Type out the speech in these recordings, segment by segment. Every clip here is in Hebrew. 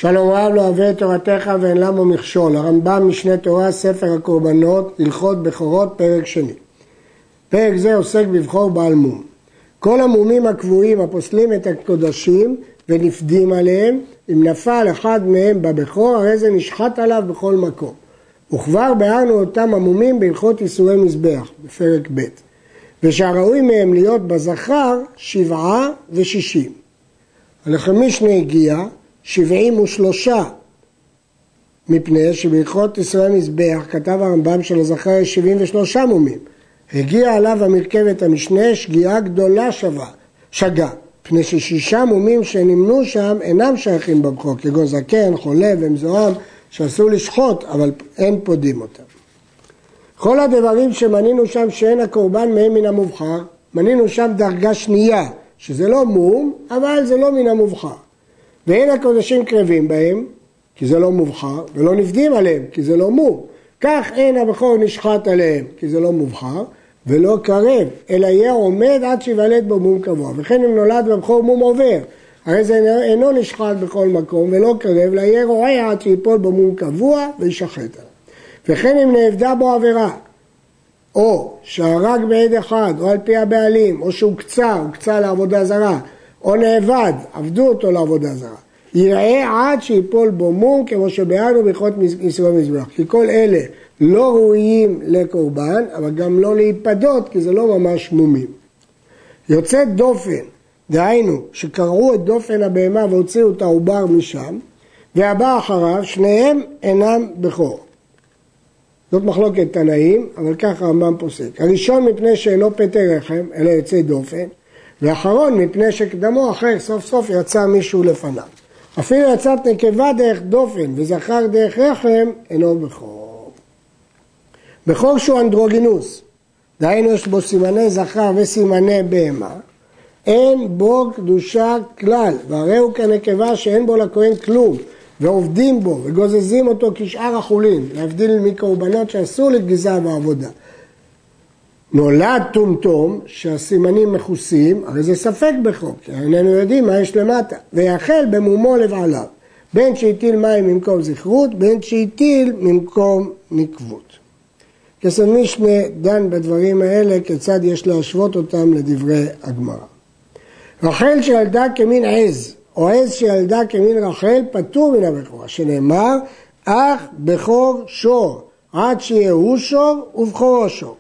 שלום רב לא אוהב את תורתך ואין למו מכשול. הרמב"ם משנה תורה ספר הקורבנות הלכות בכורות פרק שני. פרק זה עוסק בבכור בעל מום. כל המומים הקבועים הפוסלים את הקודשים ונפדים עליהם, אם נפל אחד מהם בבכור הרי זה נשחט עליו בכל מקום. וכבר ביארנו אותם המומים בהלכות איסורי מזבח בפרק ב', ושהראוי מהם להיות בזכר 7 ו-60. הלכי משנה הגיע 73, מפני שבהלכות איסורי מזבח כתב הרמב"ם שלזכר יש 73 מומים. הגיע עליו המרכבת המשנה שגיאה גדולה שגה, פני ש6 מומים שנמנו שם אינם שייכים בבכור, כגון זקן, חולה ומזוהם שאסור לשחוט, אבל אין פודים אותם. כל הדברים שמנינו שם שאין הקורבן מהם מן המובחר, מנינו שם דרגה שנייה, שזה לא מום, אבל זה לא מן המובחר. ואין הקודשים קרבים בהם, כי זה לא מובחר, ולא נפדים עליהם, כי זה לא מום. כך אין הבכור נשחט עליהם, כי זה לא מובחר, ולא קרב, אלא יהיה עומד עד שיוולד בו מום קבוע. וכן אם נולד בבכור מום עובר, הרי זה אינו נשחט בכל מקום, ולא קרב, אלא יהיה רועה עד שיפול בו מום קבוע וישחט עליו. וכן אם נעבדה בו עבירה, או שהרג בעד אחד, או על פי הבעלים, או שהוא קצה לעבודה זרה, או נאבד, עבדו אותו לעבודה זרה, יראה עד שיפול בו מום, כמו שביארנו בהלכות איסורי מזבח. כי כל אלה לא ראויים לקורבן, אבל גם לא להיפדות, כי זה לא ממש מומים. יוצא דופן, דהיינו, שקרעו את דופן הבהמה והוציאו את העובר משם, והבא אחריו, שניהם אינם בכור. זאת מחלוקת תנאים, אבל ככה הרמב"ם פוסק. הראשון מפני שאינו פטר רחם, אלא יוצא דופן, ואחרון מפני שקדמו אחר סוף סוף יצא מישהו לפניו. אפילו יצאת נקבה דרך דופן וזכר דרך רחם, אינו בכור. בכור שהוא אנדרוגינוס, דהיינו יש בו סימני זכר וסימני בהמה, אין בו קדושה כלל, והרי הוא כנקבה שאין בו לכהן כלום, ועובדים בו וגוזזים אותו כשאר החולין, להבדיל מקורבנות שאסור לגזיזה בעבודה. נולד טומטום שהסימנים מכוסים, הרי זה ספק בכור, כי איננו יודעים מה יש למטה, ויחל במומו לבעליו, בין שהטיל מים ממקום זכרות, בין שהטיל ממקום נקבות. כסף משנה דן בדברים האלה, כיצד יש להשוות אותם לדברי הגמרא. רחל שילדה כמין עז, או עז שילדה כמין רחל, פטור מן הבכורה, שנאמר, אך בכור שור, עד שיהו שור ובכורו שור.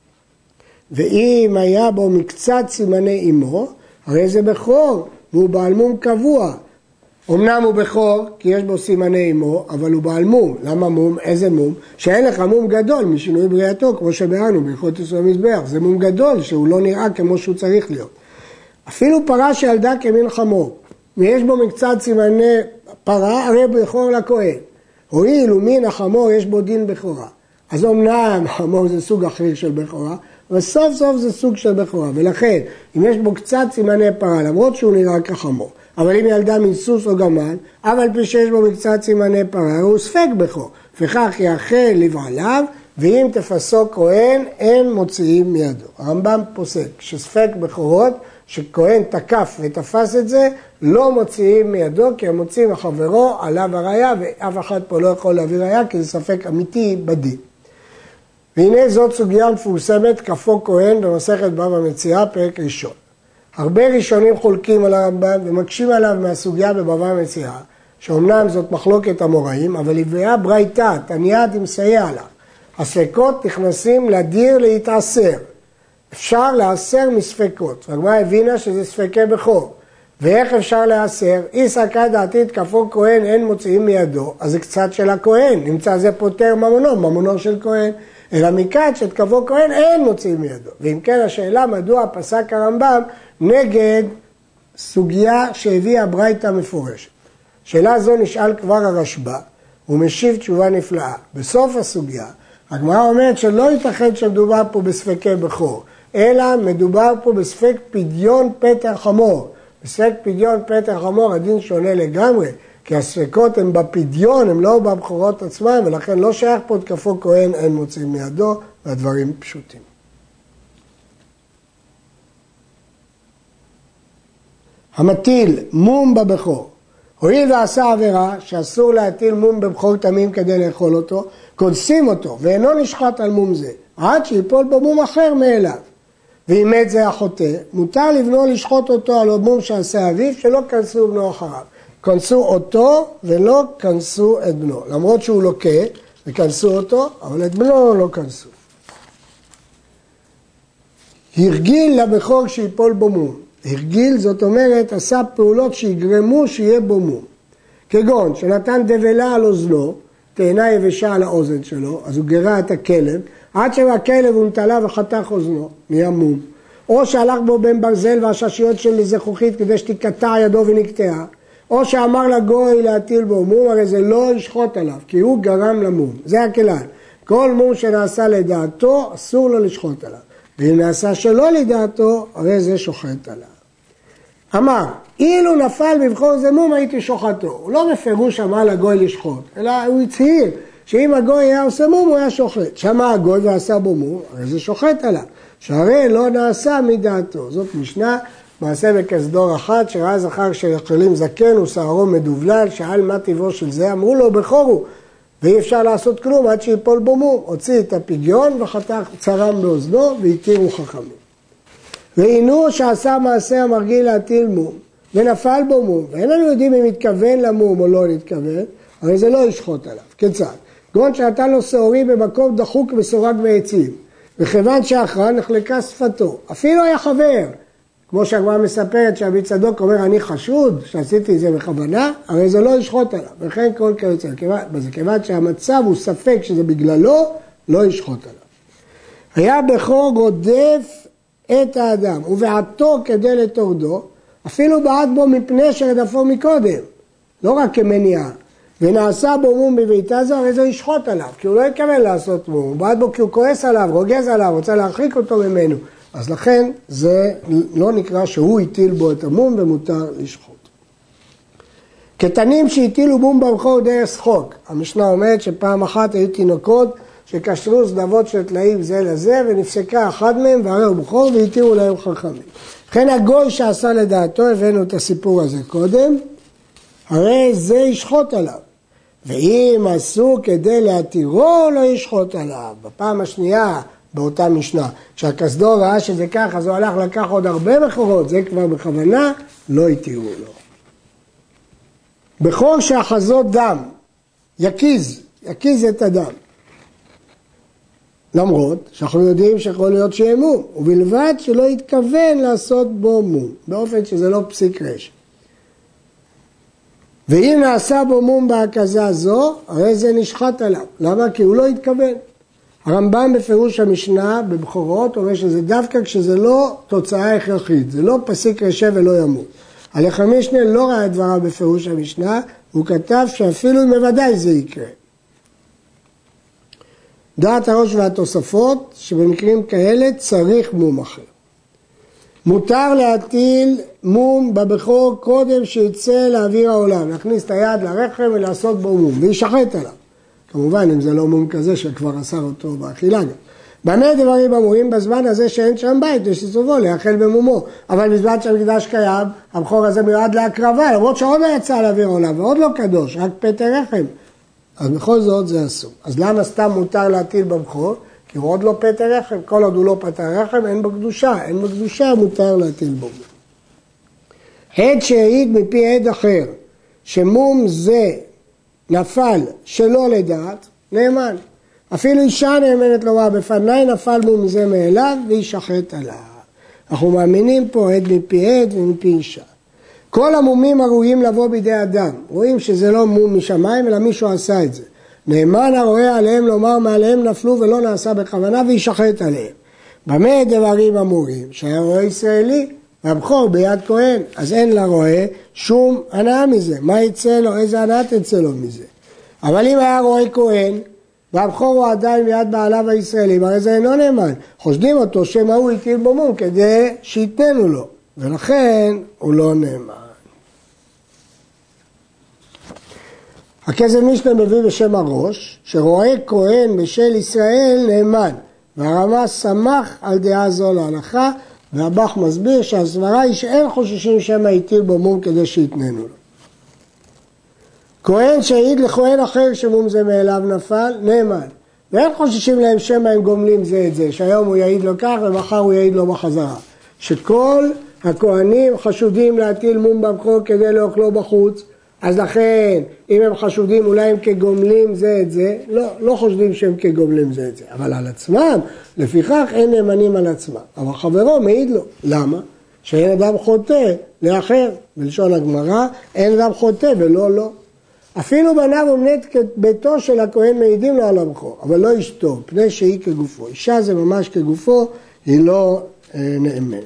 ואם היה בו מקצת סימני אמו, הרי זה בכור, והוא בעל מום קבוע. אמנם הוא בכור, כי יש בו סימני אמו, אבל הוא בעל מום. למה מום? איזה מום? שאין לך מום גדול משינוי בריאתו, כמו שבאנו בהלכות איסורי מזבח. זה מום גדול, שהוא לא נראה כמו שהוא צריך להיות. אפילו פרה שילדה כמין חמור, ויש בו מקצת סימני פרה, הרי בכור לכהן. הואיל ומין החמור יש בו דין בכורה. אז אמנם חמור זה סוג אחר של בכורה, אבל סוף סוף זה סוג של בכורה, ולכן אם יש בו קצת סימני פרה, למרות שהוא נראה כחמור, אבל אם ילדה מסוס או גמל, אבל פי שיש בו מקצת סימני פרה, הוא ספק בכור, וכך יאכל לבעליו, ואם תפסוק כהן, אין מוציאים מידו. הרמב"ם פוסק שספק בכורות, שכהן תקף ותפס את זה, לא מוציאים מידו, כי הם מוציאים מחברו עליו הראיה, ואף אחד פה לא יכול להביא ראיה, כי זה ספק אמיתי בדין. והנה זאת סוגיה מפורסמת כפו כהן במסכת בבא מציעא פרק ראשון. הרבה ראשונים חולקים על הרמב"ם ומקשים עליו מהסוגיה בבבא מציעא, שאומנם זאת מחלוקת המוראים, אבל הביאה ברייתא, תניא דמסייע לה. הספקות נכנסים לדיר להתעשר. אפשר לעשר מספקות. והגמרא הבינה שזה ספקי בכור. ואיך אפשר לעשר? איסקא דעתית כפו כהן אין מוציאים מידו, אז זה קצת של הכהן, נמצא זה פותר ממונו של כהן. אלא מכאן שתקבו כהן אין מוציאים מידו. ואם כן השאלה מדוע פסק הרמב"ם נגד סוגיה שהביאה ברייתא מפורשת. שאלה זו נשאל כבר הרשב"א, הוא משיב תשובה נפלאה. בסוף הסוגיה, הגמרא אומרת שלא ייתכן שמדובר פה בספקי בכור, אלא מדובר פה בספק פדיון פטר חמור. בספק פדיון פטר חמור הדין שונה לגמרי, כי הספקות הן בפדיון, הן לא בבכורות עצמן, ולכן לא שייך פה תקפו כהן, אין מוצאים מידו, והדברים פשוטים. המטיל מום בבכור, הואיל ועשה עבירה שאסור להטיל מום בבכור תמים כדי לאכול אותו, קונסים אותו ואינו נשחט על מום זה, עד שיפול בו מום אחר מאליו. ואם מת זה החוטא, מותר לבנו לשחוט אותו על מום שעשה אביו, שלא כנסו בנו אחריו. כנסו אותו ולא כנסו את בנו. למרות שהוא לוקה, וכנסו אותו, אבל את בנו לא כנסו. הרגיל לבכור שיפול בו מום. הרגיל זאת אומרת, עשה פעולות שיגרמו שיהיה בו מום. כגון שנתן דבלה על אוזנו, תאנה יבשה על האוזן שלו, אז הוא גרע את הכלב, עד שהכלב הוא נטלה וחתך אוזנו, נהיה מום. או שהלך בו בין ברזל והששיות של זכוכית כדי שתקטע ידו ונקטעה. או שאמר לגוי להטיל בו מום, הרי זה לא ישחוט עליו, כי הוא גרם למום. זה הכלל. כל מום שנעשה לדעתו, אסור לו לשחוט עליו. ואם נעשה שלא לדעתו, הרי זה שוחט עליו. אמר, אילו נפל בבכור זה מום, הייתי שוחטו. הוא לא בפירוש אמר לגוי לשחוט, אלא הוא הצהיר שאם הגוי היה עושה מום, הוא היה שוחט. שמע הגוי ועשה בו מום, הרי זה שוחט עליו. שהרי לא נעשה מדעתו. זאת משנה, מעשה בכסדור אחת, שראה זכר שיכולים זקן ושערו מדובלל, שאל מה טבעו של זה, אמרו לו בכורו, ואי אפשר לעשות כלום עד שיפול בו מום. הוציא את הפיגיון וחתך צרם באוזנו והתירו חכמים. והינו שעשה מעשה המרגיל להטיל מום, ונפל בו מום, ואין לנו יודעים אם התכוון למום או לא התכוון, הרי זה לא ישחוט עליו. כיצד? כגון שנתן לו שעורי במקום דחוק מסורג בעצים, וכיוון שאחרא נחלקה שפתו, אפילו היה חבר, כמו שהגמרא מספרת שהרבי צדוק אומר אני חשוד שעשיתי את זה בכוונה, הרי זה לא ישחוט עליו, וכן כל כיוצא, כיוון שהמצב הוא ספק שזה בגללו, לא ישחוט עליו. היה בכור רודף את האדם, ובעתו כדי לטורדו, אפילו בעט בו מפני שרדפו מקודם, לא רק כמניעה, ונעשה בו מום בביתה זו, הרי זה ישחוט עליו, כי הוא לא התכוון לעשות מום, הוא בעט בו כי הוא כועס עליו, רוגז עליו, רוצה להרחיק אותו ממנו, אז לכן זה לא נקרא שהוא הטיל בו את המום ומותר לשחוט. קטנים שהטילו מום בבכור דרך שחוק, המשנה אומרת שפעם אחת היו תינוקות שקשרו זנבות של טלאים זה לזה ונפסקה אחד מהם והרי הוא בכור והתירו להם חכמים. לכן הגוי שעשה לדעתו, הבאנו את הסיפור הזה קודם, הרי זה ישחוט עליו. ואם עשו כדי להתירו לא ישחוט עליו. בפעם השנייה באותה משנה, כשהכסדור ראה שזה כך, אז הוא הלך לקח עוד הרבה בכורות, זה כבר בכוונה, לא התירו לו. בכור שאחזות דם, יקיז את הדם. למרות שאנחנו יודעים שיכול להיות שיהיה מום, ובלבד שלא יתכוון לעשות בו מום, באופן שזה לא פסיק רשע. ואם נעשה בו מום בהקזה זו, הרי זה נשחט עליו. למה? כי הוא לא התכוון. הרמב"ם בפירוש המשנה בבכורות אומר שזה דווקא כשזה לא תוצאה הכרחית, זה לא פסיק רשע ולא ימות. הלחם משנה לא ראה את דבריו בפירוש המשנה, הוא כתב שאפילו אם בוודאי זה יקרה. דעת הראש והתוספות שבמקרים כאלה צריך מום אחר. מותר להטיל מום בבכור קודם שיצא לאוויר העולם, להכניס את היד לרחם ולעשות בו מום, וישחט עליו. כמובן אם זה לא מום כזה שכבר אסר אותו באכילה גם. במה דברים אמורים בזמן הזה שאין שם בית, יש לסובו להאכל במומו, אבל בזמן שהמקדש קיים, הבכור הזה מיועד להקרבה, למרות שעוד לא יצא לאוויר העולם ועוד לא קדוש, רק פטר רחם. אז בכל זאת זה אסור. אז למה סתם מותר להטיל בבכור? כי הוא עוד לא פטר רחם, כל עוד הוא לא פטר רחם, אין בו קדושה, אין בו קדושה, מותר להטיל בו. עד שהעיד מפי עד אחר, שמום זה נפל שלא לדעת, נאמן. אפילו אישה נאמנת לומר, בפני נפל מום זה מאליו, וישחט עליו. אנחנו מאמינים פה עד מפי עד ומפי אישה. כל המומים הראויים לבוא בידי אדם, רואים שזה לא מום משמיים, אלא מישהו עשה את זה. נאמן הרואה עליהם לומר מעליהם נפלו ולא נעשה בכוונה וישחט עליהם. במה דברים אמורים? שהיה רואה ישראלי, והבכור ביד כהן, אז אין לרואה שום הנאה מזה. מה יצא לו? איזה הנאה תצא לו מזה? אבל אם היה רואה כהן, והבכור הוא עדיין ביד בעליו הישראלים, הרי זה אינו נאמן. חושדים אותו שמה הוא הטיל בו מום כדי שיתנו לו, ולכן הוא לא נאמן. הכסף משנה מביא בשם הראש, שרואה כהן בשל ישראל נאמן, והרמה שמח על דעה זו להלכה, והבח מסביר שהסברה היא שאין חוששים שמה הטיל בו מום כדי שיתננו לו. כהן שהעיד לכהן אחר שמום זה מאליו נפל, נאמן. ואין חוששים להם שמא הם גומלים זה את זה, שהיום הוא יעיד לו כך ומחר הוא יעיד לו בחזרה. שכל הכהנים חשודים להטיל מום בבכור כדי לאוכלו בחוץ, אז לכן אם הם חשודים אולי הם כגומלים זה את זה, לא חושדים שהם כגומלים זה את זה. אבל על עצמם, לפיכך אין נאמנים על עצמם. אבל חברו מעיד לו. למה? שאין אדם חוטא לאחר. בלשון הגמרא, אין אדם חוטא ולא לא. אפילו בניו ובני ביתו של הכהן מעידים לו על הבכור, אבל לא אשתו, פני שהיא כגופו. אישה זה ממש כגופו, היא לא נאמנת.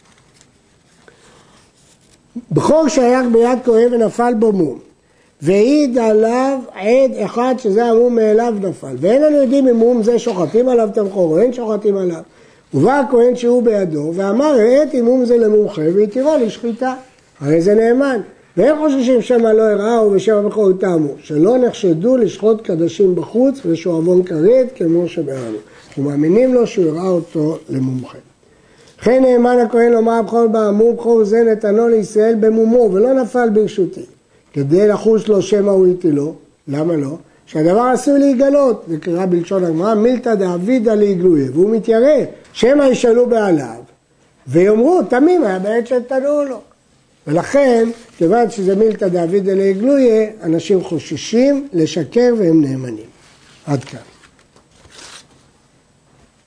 בכור שייך ביד כהן ונפל בו מום, והעיד עליו עד אחד שזה המום מאליו נפל, ואין לנו יודעים אם מום זה שוחטים עליו את הבכור או אין שוחטים עליו. ובא הכהן שהוא בידו ואמר ראיתי מום זה למומחה והתירו לשחיטה, הרי זה נאמן. ואין חוששים שמא לא הראו ושמא בכור יטעמו, שלא נחשדו לשחוט קדשים בחוץ ושואבון כרת כמו שבראנו. ומאמינים לו שהוא הראה אותו למומחה. לכן נאמן הכהן לומר בכור במום, בכור זה נתנו לישראל במומו ולא נפל ברשותי. כדי לחוש לו שמא הוא יטילו, למה לא? שהדבר עשוי להיגלות, זה קרא בלשון הגמרא, מילתא דאבידא להיגלויה, והוא מתיירא, שמא ישאלו בעליו, ויאמרו תמים היה בעת שתנו לו. ולכן, כיוון שזה מילתא דאבידא להיגלויה, אנשים חוששים לשקר והם נאמנים. עד כאן.